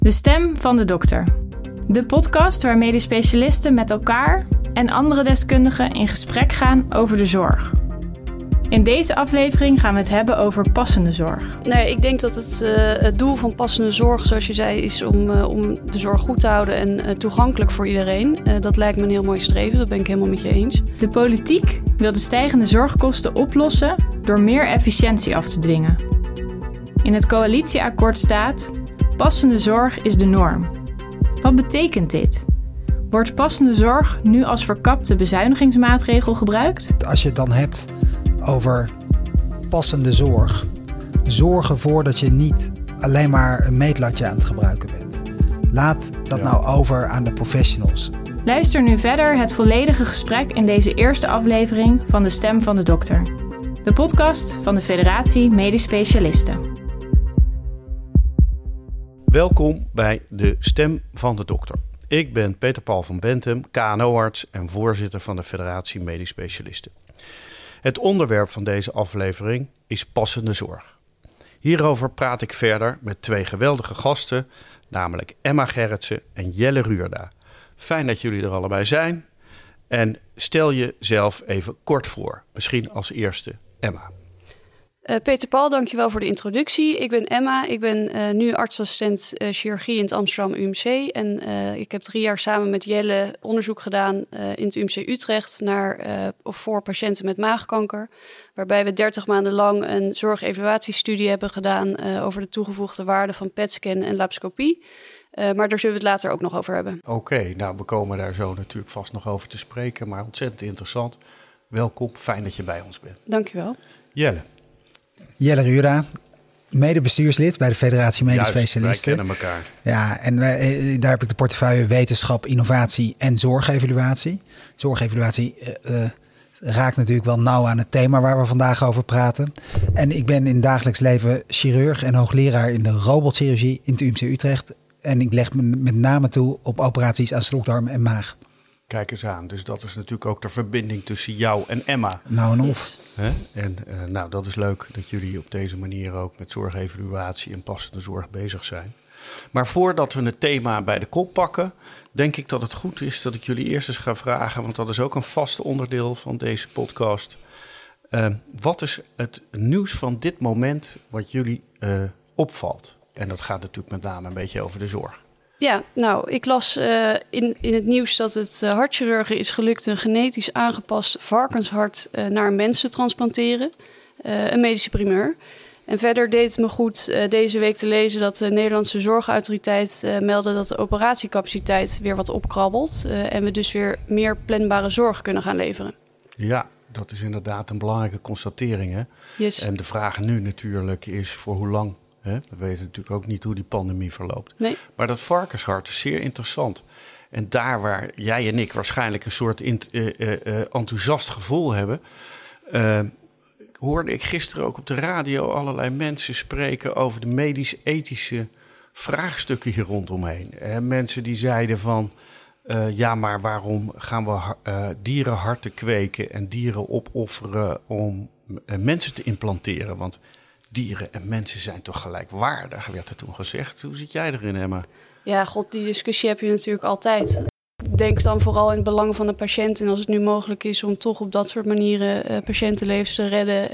De stem van de dokter. De podcast waar medisch specialisten met elkaar en andere deskundigen in gesprek gaan over de zorg. In deze aflevering gaan we het hebben over passende zorg. Nee, ik denk dat het doel van passende zorg, zoals je zei, is om de zorg goed te houden en toegankelijk voor iedereen. Dat lijkt me een heel mooi streven, dat ben ik helemaal met je eens. De politiek wil de stijgende zorgkosten oplossen door meer efficiëntie af te dwingen. In het coalitieakkoord staat: passende zorg is de norm. Wat betekent dit? Wordt passende zorg nu als verkapte bezuinigingsmaatregel gebruikt? Als je het dan hebt over passende zorg, zorg ervoor dat je niet alleen maar een meetlatje aan het gebruiken bent. Laat dat nou over aan de professionals. Luister nu verder het volledige gesprek in deze eerste aflevering van De Stem van de Dokter. De podcast van de Federatie Medisch Specialisten. Welkom bij De Stem van de Dokter. Ik ben Peter Paul van Bentum, KNO-arts en voorzitter van de Federatie Medisch Specialisten. Het onderwerp van deze aflevering is passende zorg. Hierover praat ik verder met twee geweldige gasten, namelijk Emma Gerritsen en Jelle Ruurda. Fijn dat jullie er allebei zijn. En stel jezelf even kort voor. Misschien als eerste Emma. Peter Paul, dankjewel voor de introductie. Ik ben Emma. Ik ben nu artsassistent chirurgie in het Amsterdam UMC. En ik heb 3 jaar samen met Jelle onderzoek gedaan in het UMC Utrecht voor patiënten met maagkanker. Waarbij we 30 maanden lang een zorgevaluatiestudie hebben gedaan over de toegevoegde waarde van PET-scan en laparoscopie. Maar daar zullen we het later ook nog over hebben. Oké, nou we komen daar zo natuurlijk vast nog over te spreken. Maar ontzettend interessant. Welkom, fijn dat je bij ons bent. Dankjewel. Jelle. Jelle Ruurda, mede-bestuurslid bij de Federatie Medisch Specialisten. Wij kennen elkaar. Ja, en daar heb ik de portefeuille wetenschap, innovatie en zorgevaluatie. Zorgevaluatie raakt natuurlijk wel nauw aan het thema waar we vandaag over praten. En ik ben in dagelijks leven chirurg en hoogleraar in de robotchirurgie in het UMC Utrecht. En ik leg me met name toe op operaties aan slokdarm en maag. Kijk eens aan. Dus dat is natuurlijk ook de verbinding tussen jou en Emma. Nou en of. En dat is leuk dat jullie op deze manier ook met zorgevaluatie en passende zorg bezig zijn. Maar voordat we het thema bij de kop pakken, denk ik dat het goed is dat ik jullie eerst eens ga vragen, want dat is ook een vast onderdeel van deze podcast. Wat is het nieuws van dit moment wat jullie opvalt? En dat gaat natuurlijk met name een beetje over de zorg. Ja, nou, ik las in het nieuws dat het hartchirurgen is gelukt een genetisch aangepast varkenshart naar mensen te transplanteren. Een medische primeur. En verder deed het me goed deze week te lezen dat de Nederlandse Zorgautoriteit meldde dat de operatiecapaciteit weer wat opkrabbelt. En we dus weer meer planbare zorg kunnen gaan leveren. Ja, dat is inderdaad een belangrijke constatering. Hè? Yes. En de vraag nu natuurlijk is voor hoe lang. We weten natuurlijk ook niet hoe die pandemie verloopt. Nee. Maar dat varkenshart is zeer interessant. En daar waar jij en ik waarschijnlijk een soort enthousiast gevoel hebben, hoorde ik gisteren ook op de radio allerlei mensen spreken over de medisch-ethische vraagstukken hier rondomheen. Mensen die zeiden van, maar waarom gaan we dierenharten kweken en dieren opofferen om mensen te implanteren? Want dieren en mensen zijn toch gelijkwaardig, werd er toen gezegd. Hoe zit jij erin, Emma? Ja, die discussie heb je natuurlijk altijd. Denk dan vooral in het belang van de patiënt. En als het nu mogelijk is om toch op dat soort manieren patiëntenlevens te redden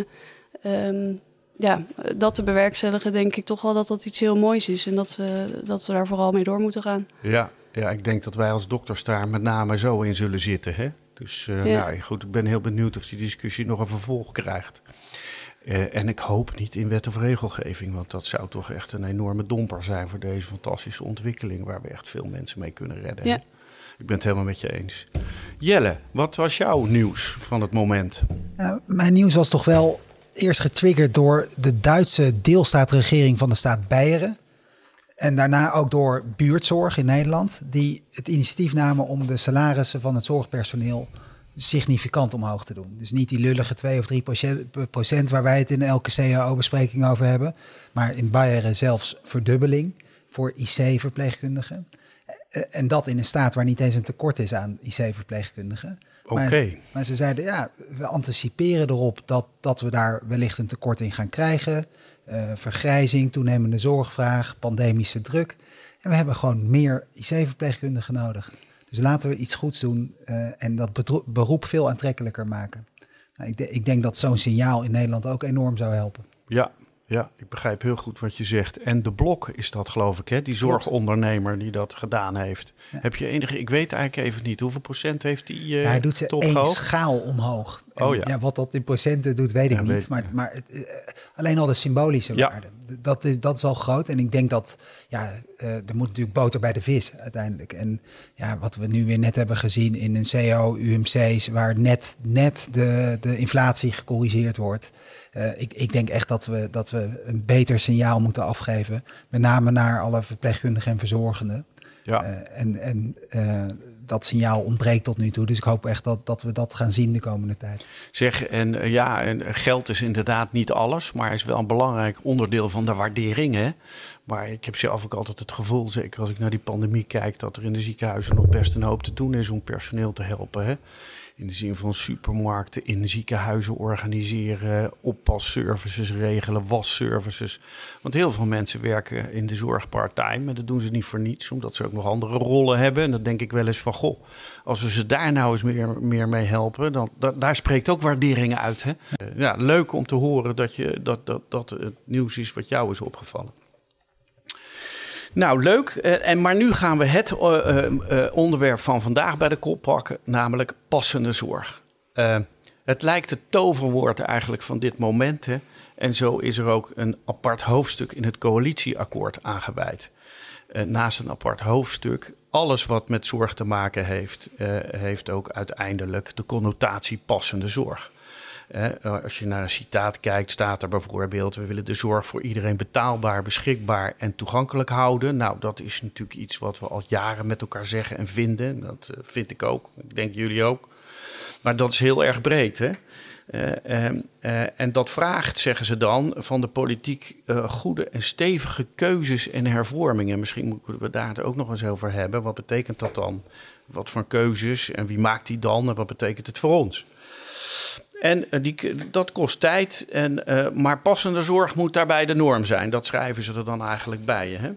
en dat te bewerkstelligen, denk ik toch wel dat dat iets heel moois is. En dat we daar vooral mee door moeten gaan. Ja, ik denk dat wij als dokters daar met name zo in zullen zitten. Hè? Dus goed, ik ben heel benieuwd of die discussie nog een vervolg krijgt. En ik hoop niet in wet of regelgeving, want dat zou toch echt een enorme domper zijn voor deze fantastische ontwikkeling waar we echt veel mensen mee kunnen redden. Ja. Ik ben het helemaal met je eens. Jelle, wat was jouw nieuws van het moment? Mijn nieuws was toch wel eerst getriggerd door de Duitse deelstaatregering van de staat Beieren. En daarna ook door buurtzorg in Nederland, die het initiatief namen om de salarissen van het zorgpersoneel significant omhoog te doen. Dus niet die lullige 2 of 3% waar wij het in elke CAO-bespreking over hebben. Maar in Beieren zelfs verdubbeling voor IC-verpleegkundigen. En dat in een staat waar niet eens een tekort is aan IC-verpleegkundigen. Maar ze zeiden, we anticiperen erop dat we daar wellicht een tekort in gaan krijgen. Vergrijzing, toenemende zorgvraag, pandemische druk. En we hebben gewoon meer IC-verpleegkundigen nodig. Dus laten we iets goeds doen en dat beroep veel aantrekkelijker maken. Nou, ik denk dat zo'n signaal in Nederland ook enorm zou helpen. Ja, ik begrijp heel goed wat je zegt. En de Blok is dat, geloof ik, hè? Die zorgondernemer die dat gedaan heeft. Ja. Heb je enige... Ik weet eigenlijk even niet. Hoeveel procent heeft die hij doet ze één schaal omhoog. En, wat dat in procenten doet, weet ik niet. Maar alleen al de symbolische waarde. Dat is al groot. En ik denk dat... er moet natuurlijk boter bij de vis uiteindelijk. En wat we nu weer net hebben gezien in een CO, UMC's... waar net de inflatie gecorrigeerd wordt... Ik denk echt dat we een beter signaal moeten afgeven. Met name naar alle verpleegkundigen en verzorgenden. Ja. Dat signaal ontbreekt tot nu toe. Dus ik hoop echt dat we dat gaan zien de komende tijd. Zeg, en geld is inderdaad niet alles, maar is wel een belangrijk onderdeel van de waardering. Hè? Maar ik heb zelf ook altijd het gevoel, zeker als ik naar die pandemie kijk, dat er in de ziekenhuizen nog best een hoop te doen is om personeel te helpen. Hè? In de zin van supermarkten in ziekenhuizen organiseren, oppasservices regelen, wasservices. Want heel veel mensen werken in de zorg part-time en dat doen ze niet voor niets, omdat ze ook nog andere rollen hebben. En dan denk ik wel eens van, goh, als we ze daar nou eens meer mee helpen, dan daar spreekt ook waardering uit. Hè? Leuk om te horen dat het nieuws is wat jou is opgevallen. Nou, leuk. Maar nu gaan we het onderwerp van vandaag bij de kop pakken, namelijk passende zorg. Het lijkt het toverwoord eigenlijk van dit moment. Hè? En zo is er ook een apart hoofdstuk in het coalitieakkoord aangeweid. Naast een apart hoofdstuk, alles wat met zorg te maken heeft, heeft ook uiteindelijk de connotatie passende zorg. Als je naar een citaat kijkt, staat er bijvoorbeeld: we willen de zorg voor iedereen betaalbaar, beschikbaar en toegankelijk houden. Nou, dat is natuurlijk iets wat we al jaren met elkaar zeggen en vinden. Dat vind ik ook. Ik denk jullie ook. Maar dat is heel erg breed, hè? En dat vraagt, zeggen ze dan, van de politiek goede en stevige keuzes en hervormingen. Misschien moeten we daar ook nog eens over hebben. Wat betekent dat dan? Wat voor keuzes en wie maakt die dan? En wat betekent het voor ons? En dat kost tijd, maar passende zorg moet daarbij de norm zijn. Dat schrijven ze er dan eigenlijk bij. Hè?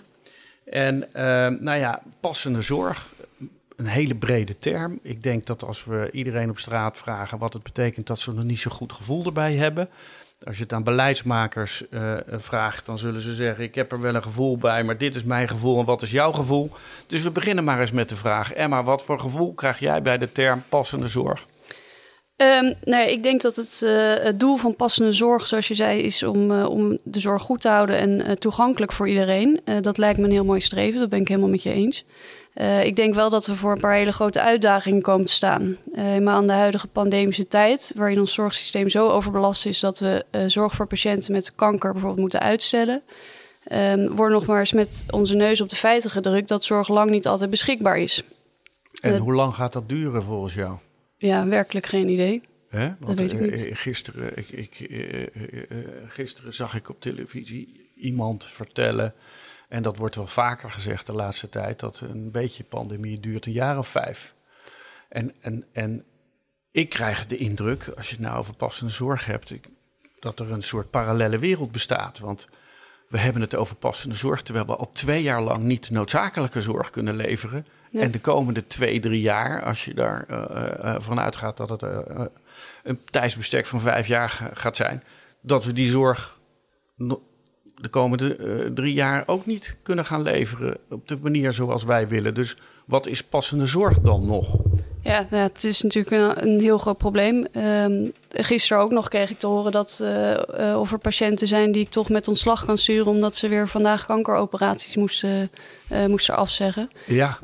En passende zorg, een hele brede term. Ik denk dat als we iedereen op straat vragen wat het betekent, dat ze er niet zo goed gevoel erbij hebben. Als je het aan beleidsmakers vraagt, dan zullen ze zeggen: ik heb er wel een gevoel bij, maar dit is mijn gevoel en wat is jouw gevoel? Dus we beginnen maar eens met de vraag: Emma, wat voor gevoel krijg jij bij de term passende zorg? Ik denk dat het doel van passende zorg, zoals je zei, is om de zorg goed te houden en toegankelijk voor iedereen. Dat lijkt me een heel mooi streven, dat ben ik helemaal met je eens. Ik denk wel dat we voor een paar hele grote uitdagingen komen te staan. Maar aan de huidige pandemische tijd, waarin ons zorgsysteem zo overbelast is dat we zorg voor patiënten met kanker bijvoorbeeld moeten uitstellen, wordt nog maar eens met onze neus op de feiten gedrukt dat zorg lang niet altijd beschikbaar is. En hoe lang gaat dat duren volgens jou? Ja, werkelijk geen idee. Want dat weet ik niet. Gisteren zag ik op televisie iemand vertellen, en dat wordt wel vaker gezegd de laatste tijd, dat een beetje pandemie duurt een jaar of 5. En ik krijg de indruk, als je het nou over passende zorg hebt, dat er een soort parallelle wereld bestaat. Want we hebben het over passende zorg, terwijl we al 2 jaar lang niet noodzakelijke zorg kunnen leveren. Ja. En de komende 2-3 jaar, als je daar vanuit gaat dat het een tijdsbestek van 5 jaar gaat zijn, dat we die zorg de komende 3 jaar ook niet kunnen gaan leveren op de manier zoals wij willen. Dus wat is passende zorg dan nog? Ja, het is natuurlijk een heel groot probleem. Gisteren ook nog kreeg ik te horen dat of er patiënten zijn die ik toch met ontslag kan sturen, omdat ze weer vandaag kankeroperaties moesten afzeggen. Ja.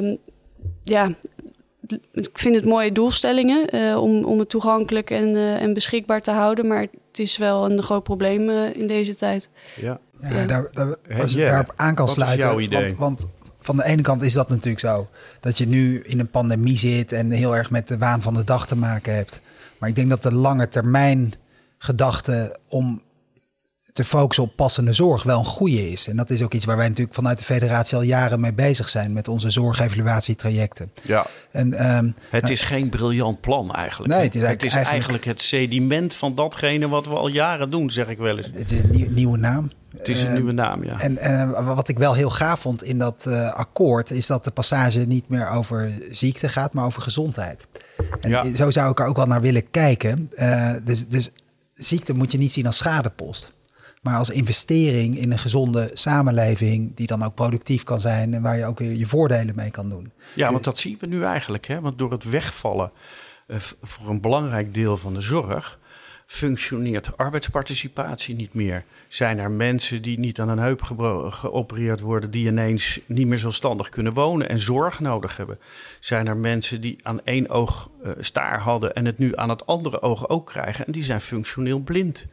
Ik vind het mooie doelstellingen om het toegankelijk en beschikbaar te houden. Maar het is wel een groot probleem in deze tijd. Ja. Als je daarop aan kan sluiten. Wat is jouw idee? Want van de ene kant is dat natuurlijk zo. Dat je nu in een pandemie zit en heel erg met de waan van de dag te maken hebt. Maar ik denk dat de lange termijn gedachte om te focussen op passende zorg wel een goede is. En dat is ook iets waar wij natuurlijk vanuit de federatie al jaren mee bezig zijn met onze zorgevaluatietrajecten. Ja. Het is geen briljant plan eigenlijk. Nee, het is eigenlijk het sediment van datgene wat we al jaren doen, zeg ik wel eens. Het is een nieuwe naam. Het is een nieuwe naam, ja. En wat ik wel heel gaaf vond in dat akkoord is dat de passage niet meer over ziekte gaat, maar over gezondheid. En zo zou ik er ook wel naar willen kijken. Dus ziekte moet je niet zien als schadepost, maar als investering in een gezonde samenleving die dan ook productief kan zijn en waar je ook weer je voordelen mee kan doen. Ja, want dat zien we nu eigenlijk. Hè? Want door het wegvallen voor een belangrijk deel van de zorg functioneert arbeidsparticipatie niet meer. Zijn er mensen die niet aan een heup geopereerd worden, die ineens niet meer zelfstandig kunnen wonen en zorg nodig hebben? Zijn er mensen die aan één oog staar hadden en het nu aan het andere oog ook krijgen en die zijn functioneel blind?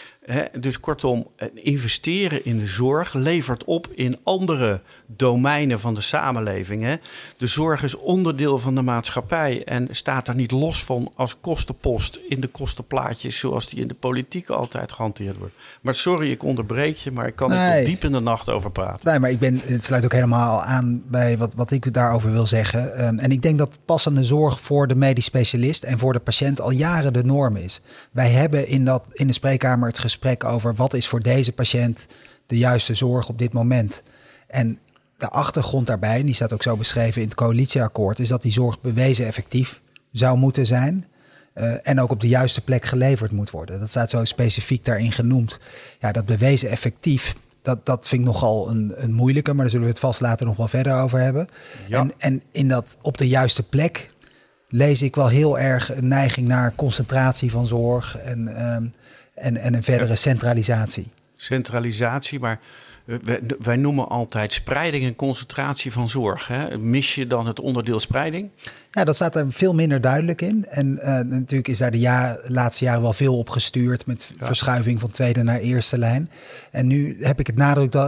Dus kortom, investeren in de zorg levert op in andere domeinen van de samenleving. De zorg is onderdeel van de maatschappij en staat daar niet los van als kostenpost in de kostenplaatjes zoals die in de politiek altijd gehanteerd wordt. Maar sorry, ik onderbreek je, maar ik kan er tot diep in de nacht over praten. Nee, maar het sluit ook helemaal aan bij wat ik daarover wil zeggen. En ik denk dat passende zorg voor de medisch specialist en voor de patiënt al jaren de norm is. Wij hebben in de spreekkamer het gesprek over wat is voor deze patiënt de juiste zorg op dit moment. En de achtergrond daarbij, en die staat ook zo beschreven in het coalitieakkoord, is dat die zorg bewezen effectief zou moeten zijn. En ook op de juiste plek geleverd moet worden. Dat staat zo specifiek daarin genoemd. Ja, dat bewezen effectief, dat vind ik nogal een moeilijke, maar daar zullen we het vast later nog wel verder over hebben. Ja. En in dat op de juiste plek lees ik wel heel erg een neiging naar concentratie van zorg en een verdere centralisatie. Centralisatie, maar wij noemen altijd spreiding en concentratie van zorg. Hè? Mis je dan het onderdeel spreiding? Ja, dat staat er veel minder duidelijk in. En natuurlijk is daar de laatste jaren wel veel op gestuurd met verschuiving van tweede naar eerste lijn. En nu heb ik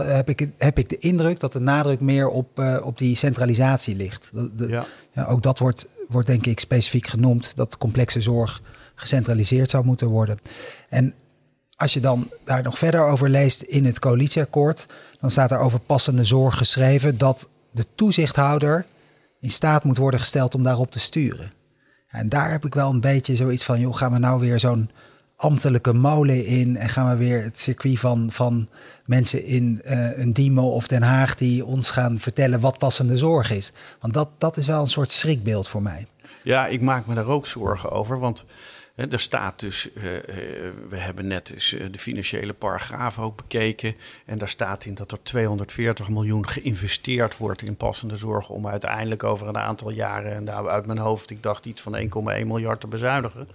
de indruk dat de nadruk meer op die centralisatie ligt. Ook dat wordt denk ik specifiek genoemd, dat complexe zorg gecentraliseerd zou moeten worden. En als je dan daar nog verder over leest in het coalitieakkoord, dan staat er over passende zorg geschreven dat de toezichthouder in staat moet worden gesteld om daarop te sturen. En daar heb ik wel een beetje zoiets van, joh, gaan we nou weer zo'n ambtelijke molen in en gaan we weer het circuit van mensen in een Diemen of Den Haag die ons gaan vertellen wat passende zorg is. Want dat is wel een soort schrikbeeld voor mij. Ja, ik maak me daar ook zorgen over, want er staat dus, we hebben net dus de financiële paragraaf ook bekeken. En daar staat in dat er 240 miljoen geïnvesteerd wordt in passende zorg om uiteindelijk over een aantal jaren, en daar uit mijn hoofd, ik dacht iets van 1,1 miljard te bezuinigen.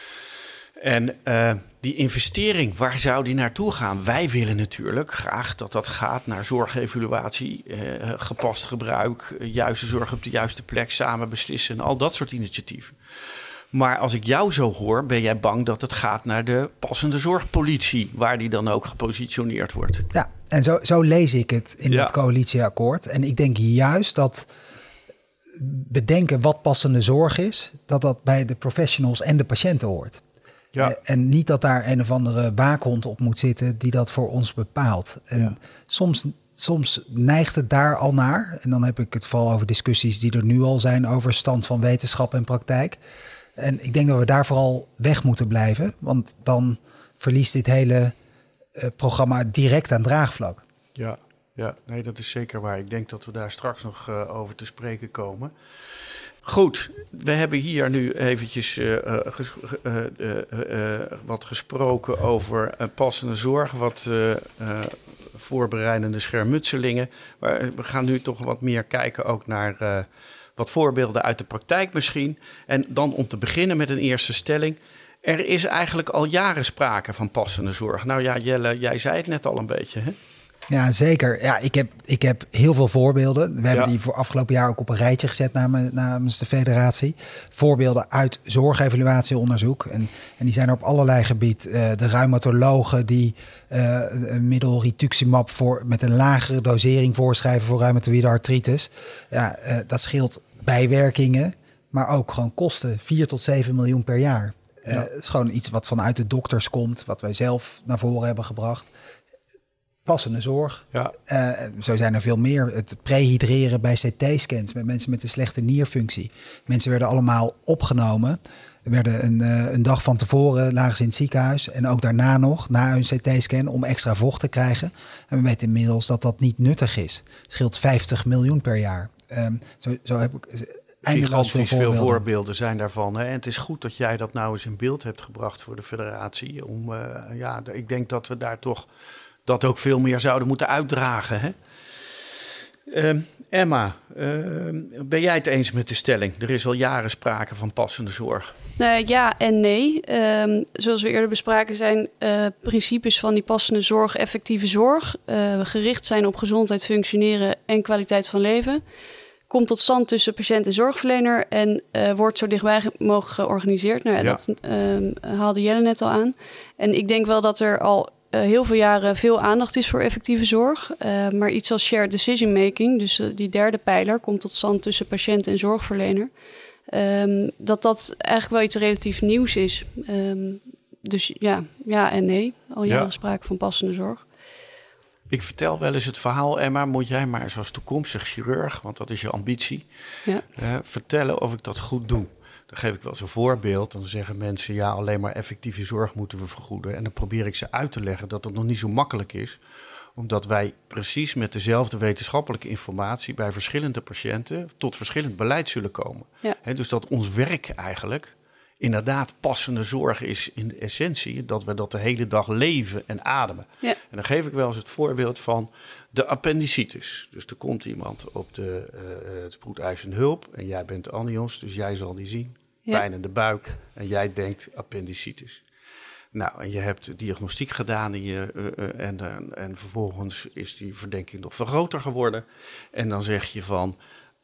En die investering, waar zou die naartoe gaan? Wij willen natuurlijk graag dat gaat naar zorgevaluatie, gepast gebruik, juiste zorg op de juiste plek, samen beslissen en al dat soort initiatieven. Maar als ik jou zo hoor, ben jij bang dat het gaat naar de passende zorgpolitie, waar die dan ook gepositioneerd wordt. Ja, en zo lees ik het in het coalitieakkoord. En ik denk juist dat bedenken wat passende zorg is, dat bij de professionals en de patiënten hoort. Ja. En niet dat daar een of andere waakhond op moet zitten die dat voor ons bepaalt. En soms neigt het daar al naar. En dan heb ik het vooral over discussies die er nu al zijn over stand van wetenschap en praktijk. En ik denk dat we daar vooral weg moeten blijven. Want dan verliest dit hele programma direct aan draagvlak. Ja, nee, dat is zeker waar. Ik denk dat we daar straks nog over te spreken komen. Goed, we hebben hier nu eventjes wat gesproken over passende zorg, wat voorbereidende schermutselingen. Maar we gaan nu toch wat meer kijken ook naar wat voorbeelden uit de praktijk misschien. En dan om te beginnen met een eerste stelling. Er is eigenlijk al jaren sprake van passende zorg. Nou ja, Jelle, jij zei het net al een beetje, hè? Ja, zeker. Ja, ik heb heel veel voorbeelden. We hebben die voor afgelopen jaar ook op een rijtje gezet namens de federatie. Voorbeelden uit zorgevaluatieonderzoek. En die zijn er op allerlei gebieden. De reumatologen die een middel rituximab met een lagere dosering voorschrijven voor reumatoïde artritis. Ja, dat scheelt bijwerkingen, maar ook gewoon kosten. 4 tot 7 miljoen per jaar. Het is gewoon iets wat vanuit de dokters komt, wat wij zelf naar voren hebben gebracht. Passende zorg. Ja. Zo zijn er veel meer. Het prehydreren bij CT-scans met mensen met een slechte nierfunctie. Mensen werden allemaal opgenomen werden een dag van tevoren lagen ze in het ziekenhuis. En ook daarna nog, na een CT-scan, om extra vocht te krijgen. En we weten inmiddels dat dat niet nuttig is. Het scheelt 50 miljoen per jaar. Zo heb ik gigantisch veel voorbeelden zijn daarvan. Hè? En het is goed dat jij dat nou eens in beeld hebt gebracht voor de federatie. Ik denk dat we daar toch dat ook veel meer zouden moeten uitdragen. Hè? Emma, ben jij het eens met de stelling? Er is al jaren sprake van passende zorg. Ja en nee. Zoals we eerder bespraken zijn principes van die passende zorg, effectieve zorg. Gericht zijn op gezondheid, functioneren en kwaliteit van leven. Komt tot stand tussen patiënt en zorgverlener en wordt zo dichtbij mogelijk georganiseerd. Dat haalde Jelle net al aan. En ik denk wel dat er al heel veel jaren veel aandacht is voor effectieve zorg. Maar iets als shared decision making, dus die derde pijler, komt tot stand tussen patiënt en zorgverlener. Dat eigenlijk wel iets relatief nieuws is. Dus ja en nee. Al jaren sprake van passende zorg. Ik vertel wel eens het verhaal, Emma, moet jij maar eens als toekomstig chirurg, want dat is je ambitie, vertellen of ik dat goed doe. Dan geef ik wel eens een voorbeeld. Dan zeggen mensen, alleen maar effectieve zorg moeten we vergoeden. En dan probeer ik ze uit te leggen dat het nog niet zo makkelijk is. Omdat wij precies met dezelfde wetenschappelijke informatie bij verschillende patiënten tot verschillend beleid zullen komen. Ja. Dus dat ons werk eigenlijk inderdaad passende zorg is in de essentie. Dat we dat de hele dag leven en ademen. Ja. En dan geef ik wel eens het voorbeeld van de appendicitis. Dus er komt iemand op het spoedeisende hulp en jij bent anions, dus jij zal die zien. Ja. Pijn in de buik en jij denkt appendicitis. Nou, en je hebt diagnostiek gedaan en vervolgens is die verdenking nog veel groter geworden. En dan zeg je van,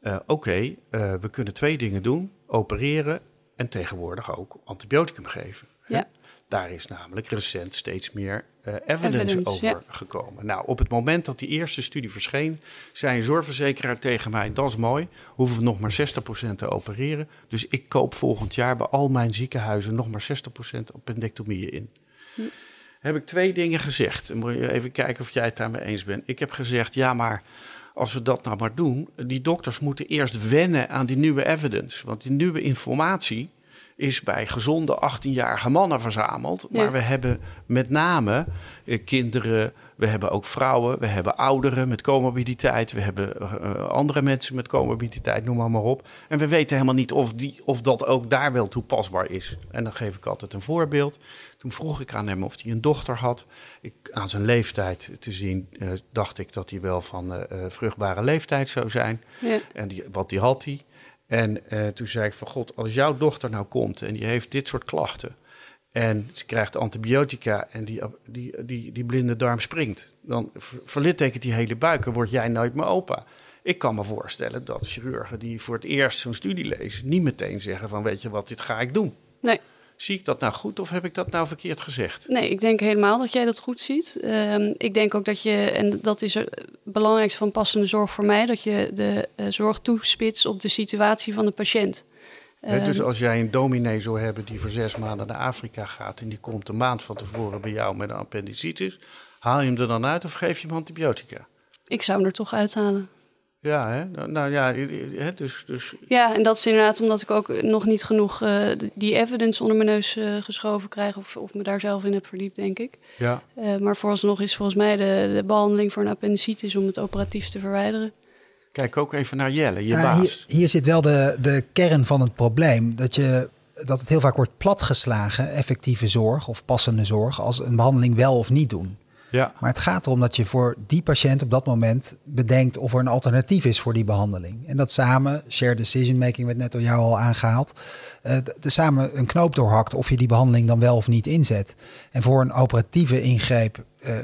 we kunnen 2 dingen doen. Opereren en tegenwoordig ook antibioticum geven. Ja. Daar is namelijk recent steeds meer evidence over gekomen. Nou, op het moment dat die eerste studie verscheen, zei een zorgverzekeraar tegen mij, dat is mooi, hoeven we nog maar 60% te opereren. Dus ik koop volgend jaar bij al mijn ziekenhuizen nog maar 60% appendectomieën in. Hm. Heb ik 2 dingen gezegd. Dan moet je even kijken of jij het daarmee eens bent. Ik heb gezegd, maar als we dat nou maar doen, die dokters moeten eerst wennen aan die nieuwe evidence. Want die nieuwe informatie is bij gezonde 18-jarige mannen verzameld. Ja. Maar we hebben met name kinderen, we hebben ook vrouwen, we hebben ouderen met comorbiditeit, we hebben andere mensen met comorbiditeit, noem maar op. En we weten helemaal niet of dat ook daar wel toepasbaar is. En dan geef ik altijd een voorbeeld. Toen vroeg ik aan hem of hij een dochter had. Aan zijn leeftijd te zien dacht ik dat hij wel van vruchtbare leeftijd zou zijn. Ja. En wat die had hij. En toen zei ik van God, als jouw dochter nou komt en die heeft dit soort klachten en ze krijgt antibiotica en die blinde darm springt, dan verlittekent die hele buik en word jij nooit meer opa. Ik kan me voorstellen dat chirurgen die voor het eerst zo'n studie lezen niet meteen zeggen van weet je wat, dit ga ik doen. Nee. Zie ik dat nou goed of heb ik dat nou verkeerd gezegd? Nee, ik denk helemaal dat jij dat goed ziet. Ik denk ook dat je, en dat is het belangrijkste van passende zorg voor mij, dat je de zorg toespitst op de situatie van de patiënt. Dus als jij een dominee zou hebben die voor 6 maanden naar Afrika gaat en die komt een maand van tevoren bij jou met een appendicitis, haal je hem er dan uit of geef je hem antibiotica? Ik zou hem er toch uithalen. Ja, hè? Nou ja, dus. Ja, en dat is inderdaad omdat ik ook nog niet genoeg die evidence onder mijn neus geschoven krijg of me daar zelf in heb verdiept, denk ik. Ja. Maar vooralsnog is volgens mij de behandeling voor een appendicitis om het operatief te verwijderen. Kijk ook even naar Jelle, je baas. Hier zit wel de kern van het probleem. Dat het heel vaak wordt platgeslagen, effectieve zorg of passende zorg, als een behandeling wel of niet doen. Ja. Maar het gaat erom dat je voor die patiënt op dat moment bedenkt of er een alternatief is voor die behandeling. En dat samen, shared decision making werd net door jou al aangehaald, samen een knoop doorhakt of je die behandeling dan wel of niet inzet. En voor een operatieve ingreep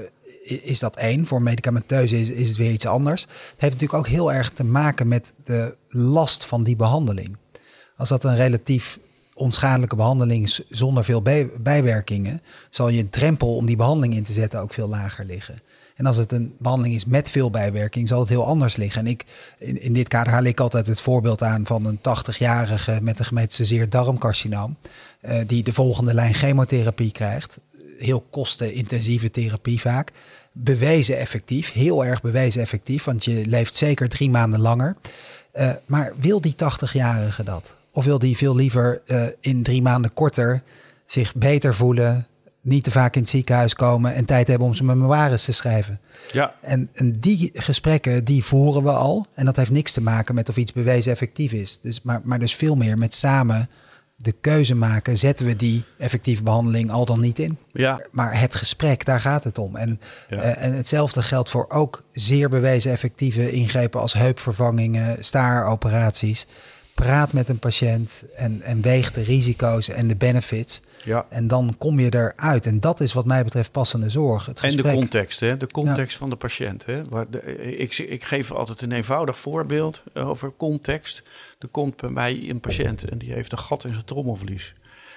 is dat één. Voor medicamenteuze is het weer iets anders. Het heeft natuurlijk ook heel erg te maken met de last van die behandeling. Als dat een relatief onschadelijke behandeling is zonder veel bijwerkingen, zal je drempel om die behandeling in te zetten ook veel lager liggen. En als het een behandeling is met veel bijwerking, zal het heel anders liggen. En in dit kader haal ik altijd het voorbeeld aan van een 80-jarige met een gemetastaseerd darmcarcinoom, die de volgende lijn chemotherapie krijgt. Heel kostenintensieve therapie vaak. Bewezen effectief, heel erg bewezen effectief, want je leeft zeker 3 maanden langer. Maar wil die 80-jarige dat? Of wil die veel liever in 3 maanden korter zich beter voelen, niet te vaak in het ziekenhuis komen en tijd hebben om zijn memoires te schrijven? Ja. En die gesprekken, die voeren we al. En dat heeft niks te maken met of iets bewezen effectief is. Dus, maar dus veel meer met samen de keuze maken. Zetten we die effectieve behandeling al dan niet in? Ja. Maar het gesprek, daar gaat het om. En hetzelfde geldt voor ook zeer bewezen effectieve ingrepen als heupvervangingen, staaroperaties. Praat met een patiënt en weeg de risico's en de benefits. Ja. En dan kom je eruit. En dat is wat mij betreft passende zorg. Het gesprek. En de context, hè? De context van de patiënt. Hè? Ik geef altijd een eenvoudig voorbeeld over context. Er komt bij mij een patiënt en die heeft een gat in zijn trommelvlies.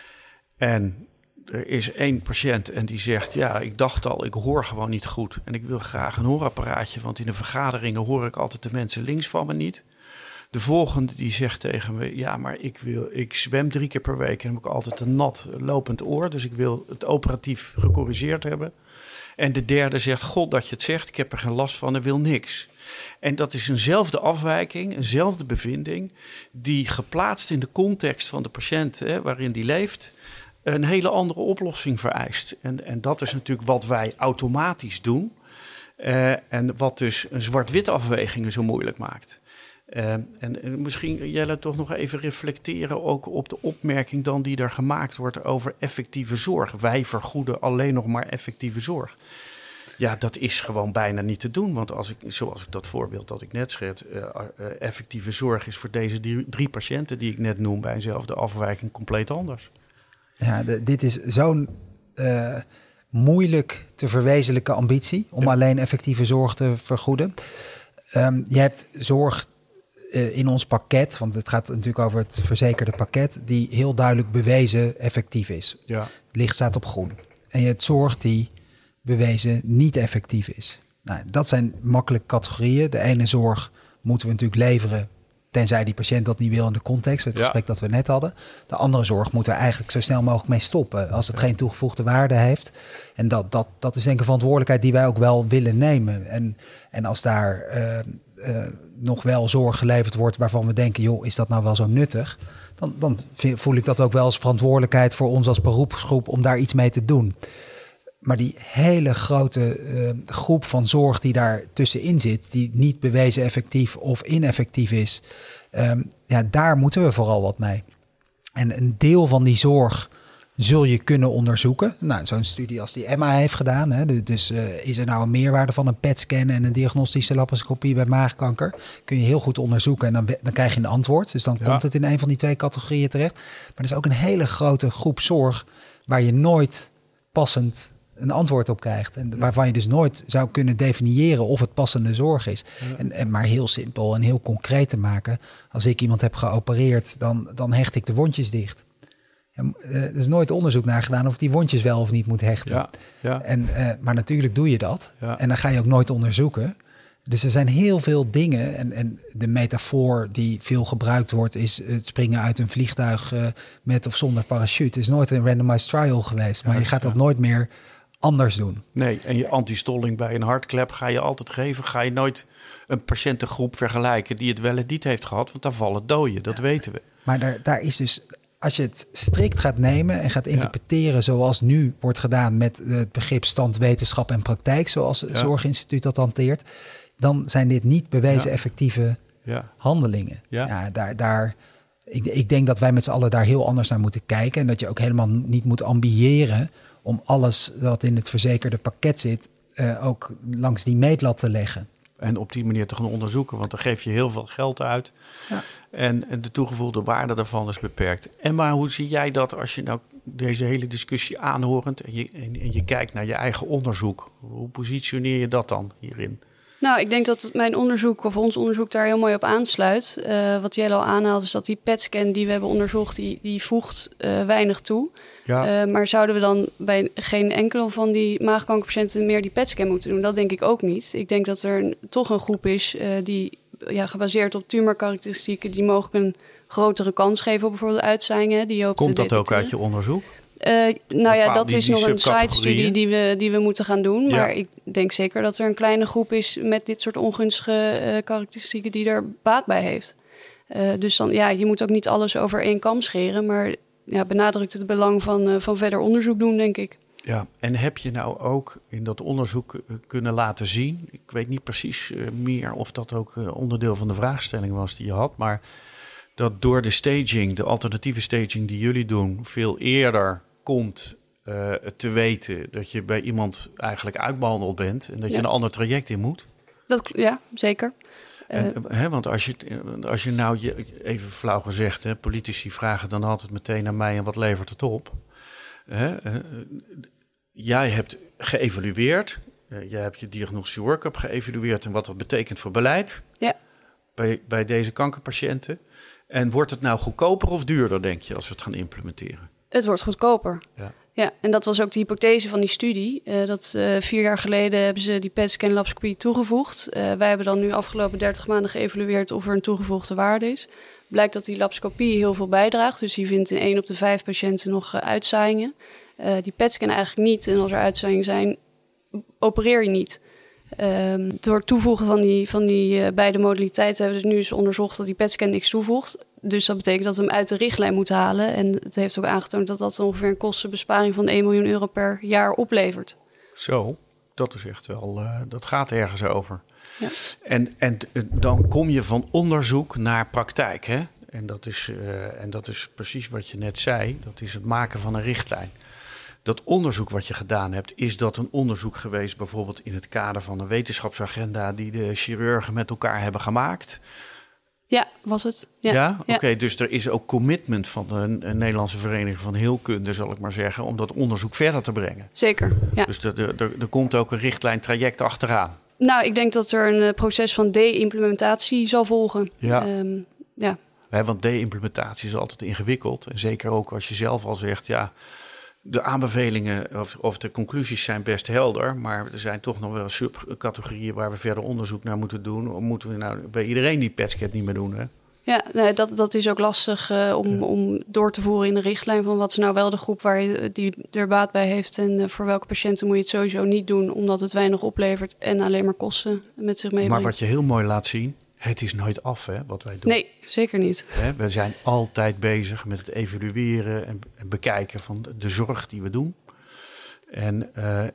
En er is 1 patiënt en die zegt, ja, ik dacht al, ik hoor gewoon niet goed. En ik wil graag een hoorapparaatje, want in de vergaderingen hoor ik altijd de mensen links van me niet. De volgende die zegt tegen me, ja, maar ik zwem 3 keer per week en heb ik altijd een nat lopend oor. Dus ik wil het operatief gecorrigeerd hebben. En de derde zegt, god dat je het zegt, ik heb er geen last van en wil niks. En dat is eenzelfde afwijking, eenzelfde bevinding, die geplaatst in de context van de patiënt waarin die leeft, een hele andere oplossing vereist. En dat is natuurlijk wat wij automatisch doen. En wat dus een zwart-wit afwegingen zo moeilijk maakt. En misschien, Jelle, toch nog even reflecteren ook op de opmerking dan die er gemaakt wordt over effectieve zorg. Wij vergoeden alleen nog maar effectieve zorg. Ja, dat is gewoon bijna niet te doen. Want zoals ik dat voorbeeld dat ik net schreef, effectieve zorg is voor deze 3 patiënten die ik net noem bij eenzelfde afwijking compleet anders. Ja, dit is zo'n moeilijk te verwezenlijke ambitie om alleen effectieve zorg te vergoeden. Je hebt zorg in ons pakket, want het gaat natuurlijk over het verzekerde pakket, die heel duidelijk bewezen effectief is. Ja. Het licht staat op groen. En je hebt zorg die bewezen niet effectief is. Nou, dat zijn makkelijke categorieën. De ene zorg moeten we natuurlijk leveren, tenzij die patiënt dat niet wil in de context, het gesprek dat we net hadden. De andere zorg moeten we eigenlijk zo snel mogelijk mee stoppen, als het geen toegevoegde waarde heeft. En dat is denk ik een verantwoordelijkheid die wij ook wel willen nemen. En als daar nog wel zorg geleverd wordt waarvan we denken, joh, is dat nou wel zo nuttig? Dan voel ik dat ook wel als verantwoordelijkheid voor ons als beroepsgroep om daar iets mee te doen. Maar die hele grote groep van zorg die daar tussenin zit, die niet bewezen effectief of ineffectief is, daar moeten we vooral wat mee. En een deel van die zorg zul je kunnen onderzoeken. Nou, zo'n studie als die Emma heeft gedaan. Hè, dus is er nou een meerwaarde van een PET-scan en een diagnostische laparoscopie bij maagkanker? Kun je heel goed onderzoeken en dan krijg je een antwoord. Dus dan komt het in een van die 2 categorieën terecht. Maar er is ook een hele grote groep zorg waar je nooit passend een antwoord op krijgt. En waarvan je dus nooit zou kunnen definiëren of het passende zorg is. Ja. En maar heel simpel en heel concreet te maken. Als ik iemand heb geopereerd, dan hecht ik de wondjes dicht. Er is nooit onderzoek naar gedaan of die wondjes wel of niet moet hechten. Ja. Maar natuurlijk doe je dat. Ja. En dan ga je ook nooit onderzoeken. Dus er zijn heel veel dingen. En de metafoor die veel gebruikt wordt is het springen uit een vliegtuig met of zonder parachute. Het is nooit een randomized trial geweest. Maar je gaat dat nooit meer anders doen. Nee, en je antistolling bij een hartklep ga je altijd geven. Ga je nooit een patiëntengroep vergelijken die het wel en niet heeft gehad. Want daar vallen doden, dat weten we. Maar daar is dus, als je het strikt gaat nemen en gaat interpreteren zoals nu wordt gedaan met het begrip stand, wetenschap en praktijk, zoals het Zorginstituut dat hanteert, dan zijn dit niet bewezen effectieve handelingen. Ja. Ik denk dat wij met z'n allen daar heel anders naar moeten kijken en dat je ook helemaal niet moet ambiëren om alles wat in het verzekerde pakket zit ook langs die meetlat te leggen. En op die manier te gaan onderzoeken, want dan geef je heel veel geld uit. Ja. En de toegevoegde waarde daarvan is beperkt. Emma, hoe zie jij dat als je nou deze hele discussie aanhorend en je kijkt naar je eigen onderzoek? Hoe positioneer je dat dan hierin? Nou, ik denk dat mijn onderzoek of ons onderzoek daar heel mooi op aansluit. Wat Jelle al aanhaalt is dat die PET-scan die we hebben onderzocht, die voegt weinig toe. Ja. Maar zouden we dan bij geen enkele van die maagkankerpatiënten meer die PET-scan moeten doen? Dat denk ik ook niet. Ik denk dat er toch een groep is die gebaseerd op tumorkarakteristieken die mogelijk een grotere kans geven op bijvoorbeeld uitzaaiingen. Komt dat ook uit je onderzoek? Dat is nog een side-studie die we moeten gaan doen. Maar ik denk zeker dat er een kleine groep is met dit soort ongunstige karakteristieken die er baat bij heeft. Dus dan, je moet ook niet alles over één kam scheren, maar benadrukt het belang van verder onderzoek doen, denk ik. Ja, en heb je nou ook in dat onderzoek kunnen laten zien, ik weet niet precies meer of dat ook onderdeel van de vraagstelling was die je had, maar dat door de staging, de alternatieve staging die jullie doen, veel eerder komt te weten dat je bij iemand eigenlijk uitbehandeld bent en dat je een ander traject in moet? Ja, zeker. Want als je nou, even flauw gezegd, politici vragen dan altijd meteen naar mij en wat levert het op? Jij hebt geëvalueerd, jij hebt je diagnostische workup geëvalueerd en wat dat betekent voor beleid bij deze kankerpatiënten. En wordt het nou goedkoper of duurder, denk je, als we het gaan implementeren? Het wordt goedkoper. Ja, en dat was ook de hypothese van die studie. 4 jaar geleden hebben ze die PET-scan lapscopie toegevoegd. Wij hebben dan nu afgelopen 30 maanden geëvalueerd of er een toegevoegde waarde is. Blijkt dat die lapscopie heel veel bijdraagt. Dus die vindt in 1 op de 5 patiënten nog uitzaaiingen. Die PET-scan eigenlijk niet. En als er uitzaaiingen zijn, opereer je niet. Door het toevoegen van die beide modaliteiten hebben we dus nu eens onderzocht dat die PET-scan niks toevoegt. Dus dat betekent dat we hem uit de richtlijn moeten halen. En het heeft ook aangetoond dat dat ongeveer een kostenbesparing van 1 miljoen euro per jaar oplevert. Zo, dat is echt wel, dat gaat ergens over. Ja. En dan kom je van onderzoek naar praktijk, hè? En dat is precies wat je net zei. Dat is het maken van een richtlijn. Dat onderzoek wat je gedaan hebt, is dat een onderzoek geweest bijvoorbeeld in het kader van een wetenschapsagenda die de chirurgen met elkaar hebben gemaakt? Ja, was het. Ja? Oké, dus er is ook commitment van de Nederlandse Vereniging van Heelkunde, zal ik maar zeggen, om dat onderzoek verder te brengen. Zeker, ja. Dus er komt ook een richtlijn traject achteraan. Nou, ik denk dat er een proces van de-implementatie zal volgen. Ja. Want de-implementatie is altijd ingewikkeld. En zeker ook als je zelf al zegt, de aanbevelingen of de conclusies zijn best helder, maar er zijn toch nog wel subcategorieën waar we verder onderzoek naar moeten doen. Of moeten we nou bij iedereen die PET-scan niet meer doen, hè? Ja, nee, dat is ook lastig om door te voeren in de richtlijn van wat is nou wel de groep die er baat bij heeft en voor welke patiënten moet je het sowieso niet doen, omdat het weinig oplevert en alleen maar kosten met zich meebrengt. Maar wat je heel mooi laat zien, het is nooit af, hè, wat wij doen. Nee, zeker niet. We zijn altijd bezig met het evalueren en bekijken van de zorg die we doen. En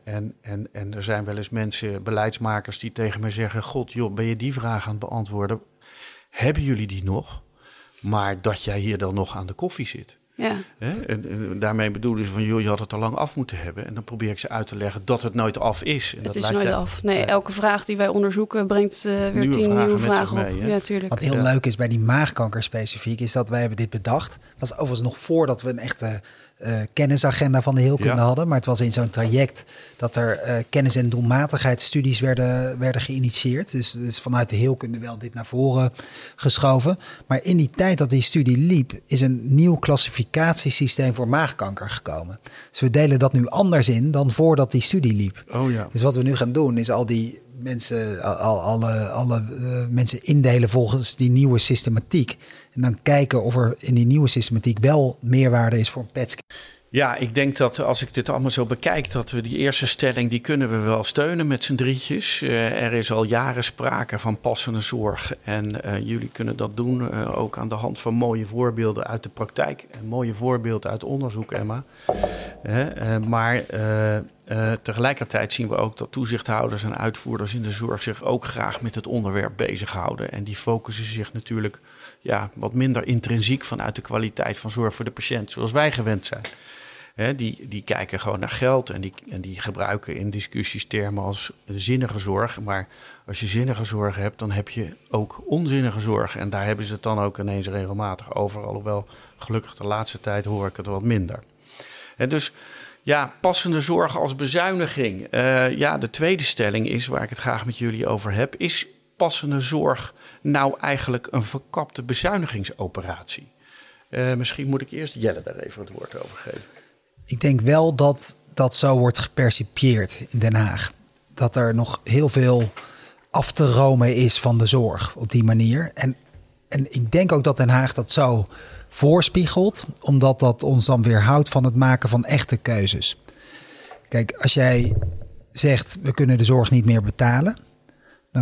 er zijn wel eens mensen, beleidsmakers, die tegen mij zeggen, god joh, ben je die vraag aan het beantwoorden? Hebben jullie die nog? Maar dat jij hier dan nog aan de koffie zit. Ja. En daarmee bedoelen ze van, joh, je had het al lang af moeten hebben. En dan probeer ik ze uit te leggen dat het nooit af is. En het is nooit af. Nee, elke vraag die wij onderzoeken brengt weer nieuwe 10 nieuwe vragen mee, op. Hè? Ja, tuurlijk. Wat heel leuk is bij die maagkanker specifiek, is dat wij hebben dit bedacht. Dat was overigens nog voordat we een echte kennisagenda van de heelkunde hadden. Maar het was in zo'n traject dat er kennis- en doelmatigheidsstudies werden geïnitieerd. Dus vanuit de heelkunde wel dit naar voren geschoven. Maar in die tijd dat die studie liep, is een nieuw klassificatiesysteem voor maagkanker gekomen. Dus we delen dat nu anders in dan voordat die studie liep. Oh ja. Dus wat we nu gaan doen is al die mensen, alle mensen indelen volgens die nieuwe systematiek. En dan kijken of er in die nieuwe systematiek wel meerwaarde is voor een PET-scan. Ja, ik denk dat als ik dit allemaal zo bekijk, dat we die eerste stelling, die kunnen we wel steunen met z'n drietjes. Er is al jaren sprake van passende zorg. En jullie kunnen dat doen ook aan de hand van mooie voorbeelden uit de praktijk. En mooie voorbeelden uit onderzoek, Emma. Maar tegelijkertijd zien we ook dat toezichthouders en uitvoerders in de zorg zich ook graag met het onderwerp bezighouden. En die focussen zich natuurlijk wat minder intrinsiek vanuit de kwaliteit van zorg voor de patiënt, zoals wij gewend zijn. Die kijken gewoon naar geld en die gebruiken in discussies termen als zinnige zorg. Maar als je zinnige zorg hebt, dan heb je ook onzinnige zorg. En daar hebben ze het dan ook ineens regelmatig over. Alhoewel, gelukkig de laatste tijd hoor ik het wat minder. En dus passende zorg als bezuiniging. De tweede stelling is, waar ik het graag met jullie over heb, is passende zorg nou eigenlijk een verkapte bezuinigingsoperatie? Misschien moet ik eerst Jelle daar even het woord over geven. Ik denk wel dat dat zo wordt gepercipieerd in Den Haag. Dat er nog heel veel af te romen is van de zorg op die manier. En ik denk ook dat Den Haag dat zo voorspiegelt, omdat dat ons dan weerhoudt van het maken van echte keuzes. Kijk, als jij zegt, we kunnen de zorg niet meer betalen, dan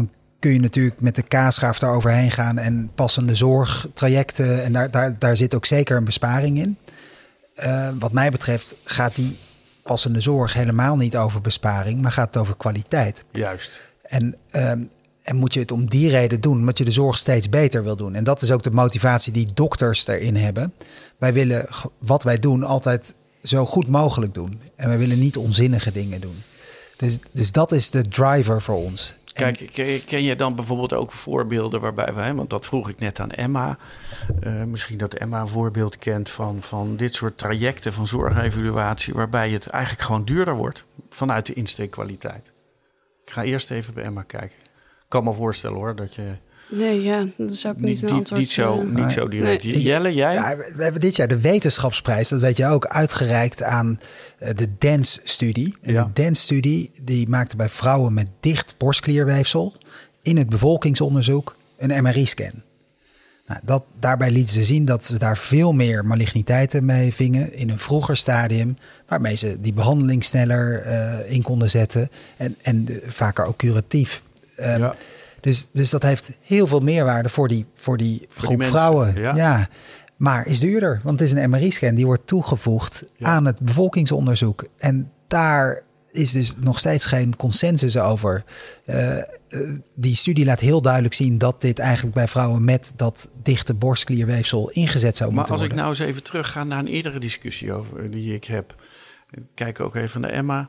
kun je natuurlijk met de kaasschaaf daar overheen gaan en passende zorgtrajecten. En daar zit ook zeker een besparing in. Wat mij betreft gaat die passende zorg helemaal niet over besparing, maar gaat het over kwaliteit. Juist. En moet je het om die reden doen, omdat je de zorg steeds beter wil doen. En dat is ook de motivatie die dokters erin hebben. Wij willen wat wij doen altijd zo goed mogelijk doen. En wij willen niet onzinnige dingen doen. Dus dat is de driver voor ons. Kijk, ken je dan bijvoorbeeld ook voorbeelden waarbij wij, want dat vroeg ik net aan Emma, misschien dat Emma een voorbeeld kent van dit soort trajecten van zorgevaluatie, waarbij het eigenlijk gewoon duurder wordt vanuit de insteekkwaliteit. Ik ga eerst even bij Emma kijken. Ik kan me voorstellen hoor, dat je... Nee, ja, dat zou ik niet een antwoord... Niet zo direct. Nee. Jelle, jij? Ja, we hebben dit jaar de wetenschapsprijs, dat weet je ook, uitgereikt aan de DANCE-studie. En de DANCE-studie die maakte bij vrouwen met dicht borstklierweefsel in het bevolkingsonderzoek een MRI-scan. Nou, daarbij lieten ze zien dat ze daar veel meer maligniteiten mee vingen in een vroeger stadium, waarmee ze die behandeling sneller in konden zetten en vaker ook curatief. Dus dat heeft heel veel meerwaarde voor die groep die vrouwen. Ja. Maar is duurder, want het is een MRI-scan die wordt toegevoegd aan het bevolkingsonderzoek. En daar is dus nog steeds geen consensus over. Die studie laat heel duidelijk zien dat dit eigenlijk bij vrouwen met dat dichte borstklierweefsel ingezet zou moeten worden. Maar als ik nou eens even terugga naar een eerdere discussie over die ik heb. Kijk ook even naar Emma.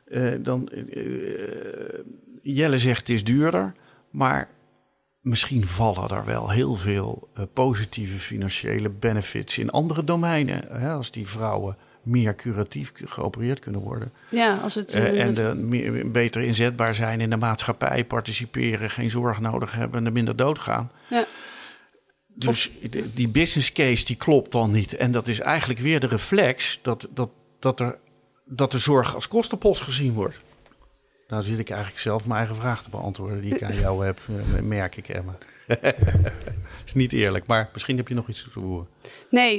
Jelle zegt het is duurder. Maar misschien vallen er wel heel veel positieve financiële benefits in andere domeinen. Hè, als die vrouwen meer curatief geopereerd kunnen worden. Ja, als het beter inzetbaar zijn in de maatschappij, participeren, geen zorg nodig hebben en er minder doodgaan. Ja. Dus die business case die klopt dan niet. En dat is eigenlijk weer de reflex dat de zorg als kostenpost gezien wordt. Nou zit ik eigenlijk zelf mijn eigen vraag te beantwoorden die ik aan jou heb, merk ik, Emma. Is niet eerlijk, maar misschien heb je nog iets toe te voegen. Nee,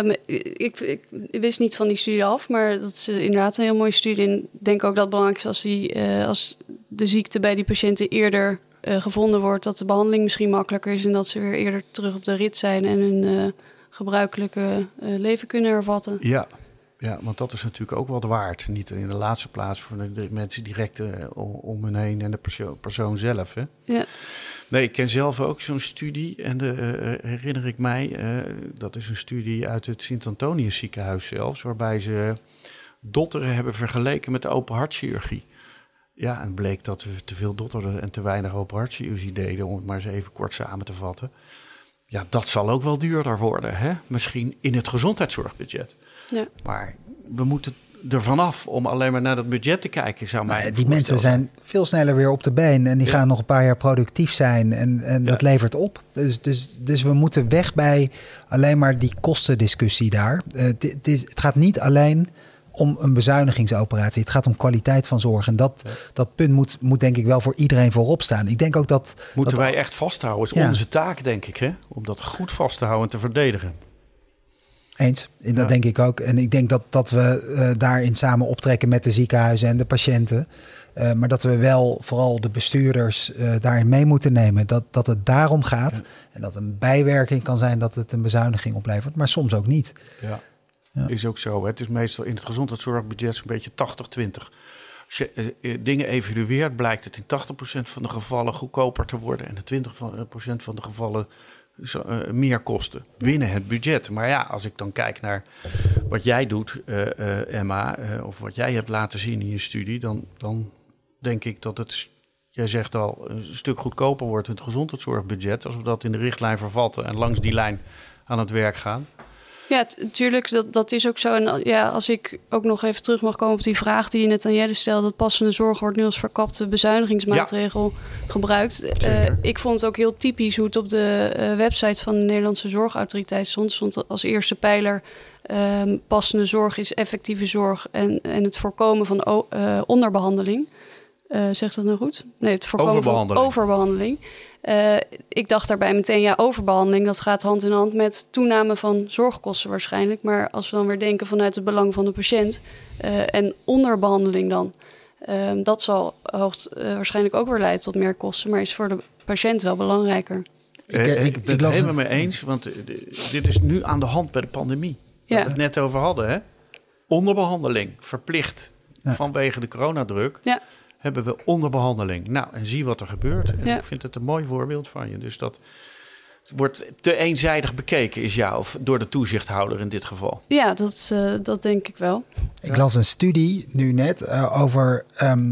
ik wist niet van die studie af, maar dat is inderdaad een heel mooie studie. En ik denk ook dat het belangrijk is als de ziekte bij die patiënten eerder gevonden wordt, dat de behandeling misschien makkelijker is en dat ze weer eerder terug op de rit zijn en hun gebruikelijke leven kunnen hervatten. Ja, want dat is natuurlijk ook wat waard. Niet in de laatste plaats voor de mensen direct om hen heen en de persoon zelf. Hè? Ja. Nee, ik ken zelf ook zo'n studie. En herinner ik mij, dat is een studie uit het Sint-Antonius ziekenhuis zelfs, waarbij ze dotteren hebben vergeleken met de open hartchirurgie. Ja, en bleek dat we te veel dotteren en te weinig open hartchirurgie deden, om het maar eens even kort samen te vatten. Ja, dat zal ook wel duurder worden, hè? Misschien in het gezondheidszorgbudget. Ja. Maar we moeten er vanaf om alleen maar naar dat budget te kijken. Die mensen zijn veel sneller weer op de been en die gaan nog een paar jaar productief zijn en dat levert op. Dus we moeten weg bij alleen maar die kostendiscussie daar. Het gaat niet alleen om een bezuinigingsoperatie. Het gaat om kwaliteit van zorg. En dat punt moet denk ik wel voor iedereen voorop staan. Ik denk ook dat... Moeten wij echt vasthouden. Is onze taak, denk ik, hè? Om dat goed vast te houden en te verdedigen. Eens, dat denk ik ook. En ik denk dat we daarin samen optrekken met de ziekenhuizen en de patiënten. Maar dat we wel vooral de bestuurders daarin mee moeten nemen. Dat het daarom gaat. Ja. En dat een bijwerking kan zijn dat het een bezuiniging oplevert. Maar soms ook niet. Ja. Is ook zo. Hè? Het is meestal in het gezondheidszorgbudget zo'n beetje 80-20. Als je dingen evalueert, blijkt het in 80% van de gevallen goedkoper te worden. En in 20% van de gevallen meer kosten binnen het budget. Maar ja, als ik dan kijk naar wat jij doet, Emma, of wat jij hebt laten zien in je studie, dan denk ik dat het, jij zegt al, een stuk goedkoper wordt in het gezondheidszorgbudget als we dat in de richtlijn vervatten en langs die lijn aan het werk gaan. Ja, natuurlijk, dat is ook zo. En ja, als ik ook nog even terug mag komen op die vraag die je net aan Jelle stelde, dat passende zorg wordt nu als verkapte bezuinigingsmaatregel gebruikt. Ik vond het ook heel typisch hoe het op de website van de Nederlandse Zorgautoriteit stond. Stond als eerste pijler passende zorg is effectieve zorg en het voorkomen van onderbehandeling. Zegt dat nou goed? Nee, het voorkomen van overbehandeling. Ik dacht daarbij meteen, overbehandeling, dat gaat hand in hand met toename van zorgkosten waarschijnlijk. Maar als we dan weer denken vanuit het belang van de patiënt en onderbehandeling dan, dat zal waarschijnlijk ook weer leiden tot meer kosten. Maar is voor de patiënt wel belangrijker. Ik ben het helemaal mee eens, want dit is nu aan de hand bij de pandemie. Waar we het net over hadden, hè? Onderbehandeling, verplicht vanwege de coronadruk. Ja. Hebben we onderbehandeling. Nou, en zie wat er gebeurt. En ik vind het een mooi voorbeeld van je. Dus dat wordt te eenzijdig bekeken, is of door de toezichthouder in dit geval. Ja, dat denk ik wel. Ik las een studie nu net over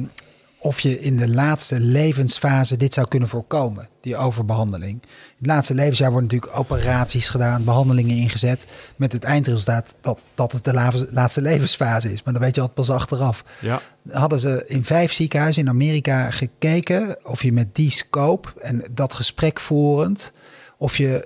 of je in de laatste levensfase dit zou kunnen voorkomen, die overbehandeling. In het laatste levensjaar worden natuurlijk operaties gedaan, behandelingen ingezet, met het eindresultaat dat het de laatste levensfase is. Maar dan weet je altijd pas achteraf. Ja. Hadden ze in 5 ziekenhuizen in Amerika gekeken of je met die scope en dat gesprek voerend, of je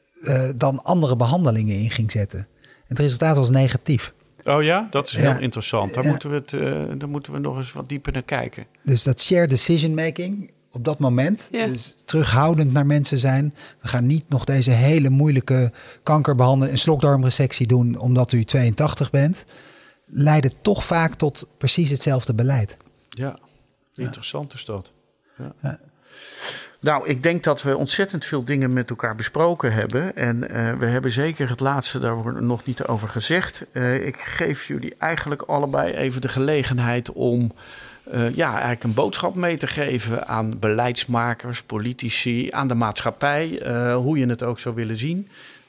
dan andere behandelingen in ging zetten. En het resultaat was negatief. Oh ja, dat is heel interessant. Daar moeten we nog eens wat dieper naar kijken. Dus dat shared decision making op dat moment. Ja. Dus terughoudend naar mensen zijn. We gaan niet nog deze hele moeilijke kankerbehandeling, een slokdarmresectie doen omdat u 82 bent. Leidde toch vaak tot precies hetzelfde beleid. Ja, interessant is dat. Ja. Nou, ik denk dat we ontzettend veel dingen met elkaar besproken hebben. En we hebben zeker het laatste, daar wordt nog niet over gezegd. Ik geef jullie eigenlijk allebei even de gelegenheid om eigenlijk een boodschap mee te geven aan beleidsmakers, politici, aan de maatschappij. Hoe je het ook zou willen zien.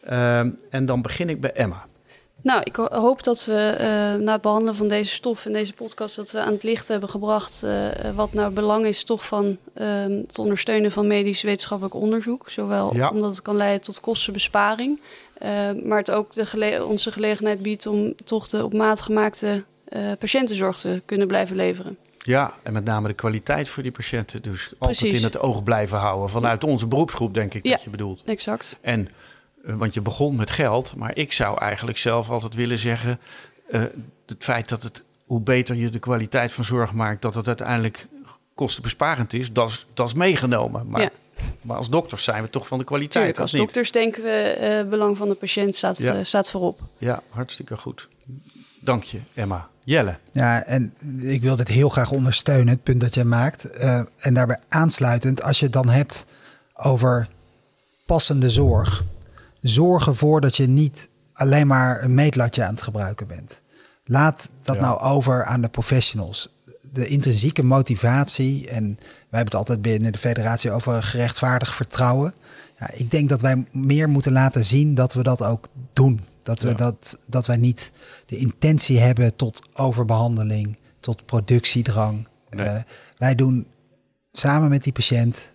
En dan begin ik bij Emma. Nou, ik hoop dat we na het behandelen van deze stof in deze podcast, dat we aan het licht hebben gebracht wat nou het belang is toch van het ondersteunen van medisch wetenschappelijk onderzoek. Zowel omdat het kan leiden tot kostenbesparing, maar het ook onze gelegenheid biedt om toch de op maat gemaakte patiëntenzorg te kunnen blijven leveren. Ja, en met name de kwaliteit voor die patiënten. Dus altijd in het oog blijven houden. Vanuit onze beroepsgroep, denk ik dat je bedoelt. Exact. En want je begon met geld, maar ik zou eigenlijk zelf altijd willen zeggen, het feit dat hoe beter je de kwaliteit van zorg maakt, dat het uiteindelijk kostenbesparend is, dat is meegenomen. Maar als dokters zijn we toch van de kwaliteit. Tuurlijk, als dokters denken we, het belang van de patiënt staat voorop. Ja, hartstikke goed. Dank je, Emma. Jelle. Ja, en ik wil dit heel graag ondersteunen, het punt dat jij maakt. En daarbij aansluitend, als je het dan hebt over passende zorg, zorg ervoor dat je niet alleen maar een meetlatje aan het gebruiken bent. Laat dat nou over aan de professionals. De intrinsieke motivatie, en wij hebben het altijd binnen de federatie over gerechtvaardigd vertrouwen. Ja, ik denk dat wij meer moeten laten zien dat we dat ook doen. Dat wij niet de intentie hebben tot overbehandeling, tot productiedrang. Nee. Wij doen samen met die patiënt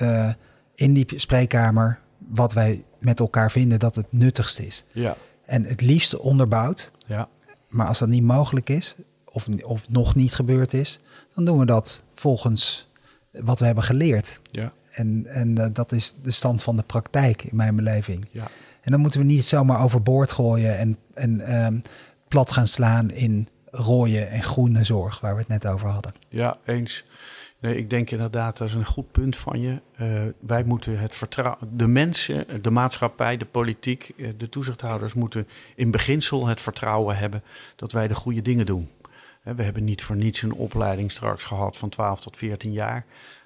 in die spreekkamer wat wij met elkaar vinden dat het nuttigst is. Ja. En het liefste onderbouwd. Ja. Maar als dat niet mogelijk is, of nog niet gebeurd is, dan doen we dat volgens wat we hebben geleerd. Ja. En dat is de stand van de praktijk in mijn beleving. Ja. En dan moeten we niet zomaar overboord gooien en plat gaan slaan in rode en groene zorg, waar we het net over hadden. Ja, eens. Nee, ik denk inderdaad, dat is een goed punt van je. Wij moeten het vertrouwen, de mensen, de maatschappij, de politiek, de toezichthouders moeten in beginsel het vertrouwen hebben dat wij de goede dingen doen. We hebben niet voor niets een opleiding straks gehad van 12 tot 14 jaar.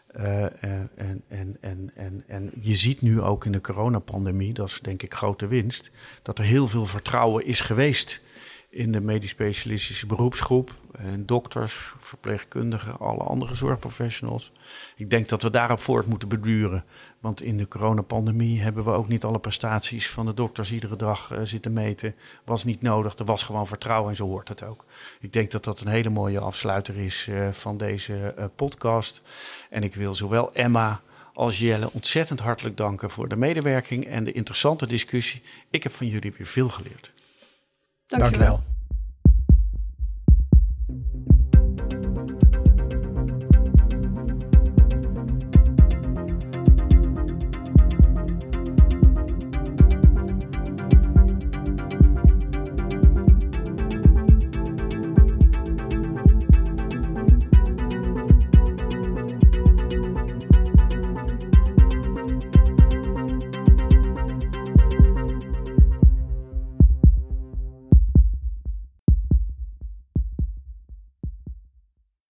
En je ziet nu ook in de coronapandemie, dat is denk ik grote winst, dat er heel veel vertrouwen is geweest in de medisch specialistische beroepsgroep. En dokters, verpleegkundigen, alle andere zorgprofessionals. Ik denk dat we daarop voort moeten beduren. Want in de coronapandemie hebben we ook niet alle prestaties van de dokters iedere dag zitten meten. Was niet nodig, er was gewoon vertrouwen en zo hoort het ook. Ik denk dat dat een hele mooie afsluiter is van deze podcast. En ik wil zowel Emma als Jelle ontzettend hartelijk danken voor de medewerking en de interessante discussie. Ik heb van jullie weer veel geleerd. Dank je wel.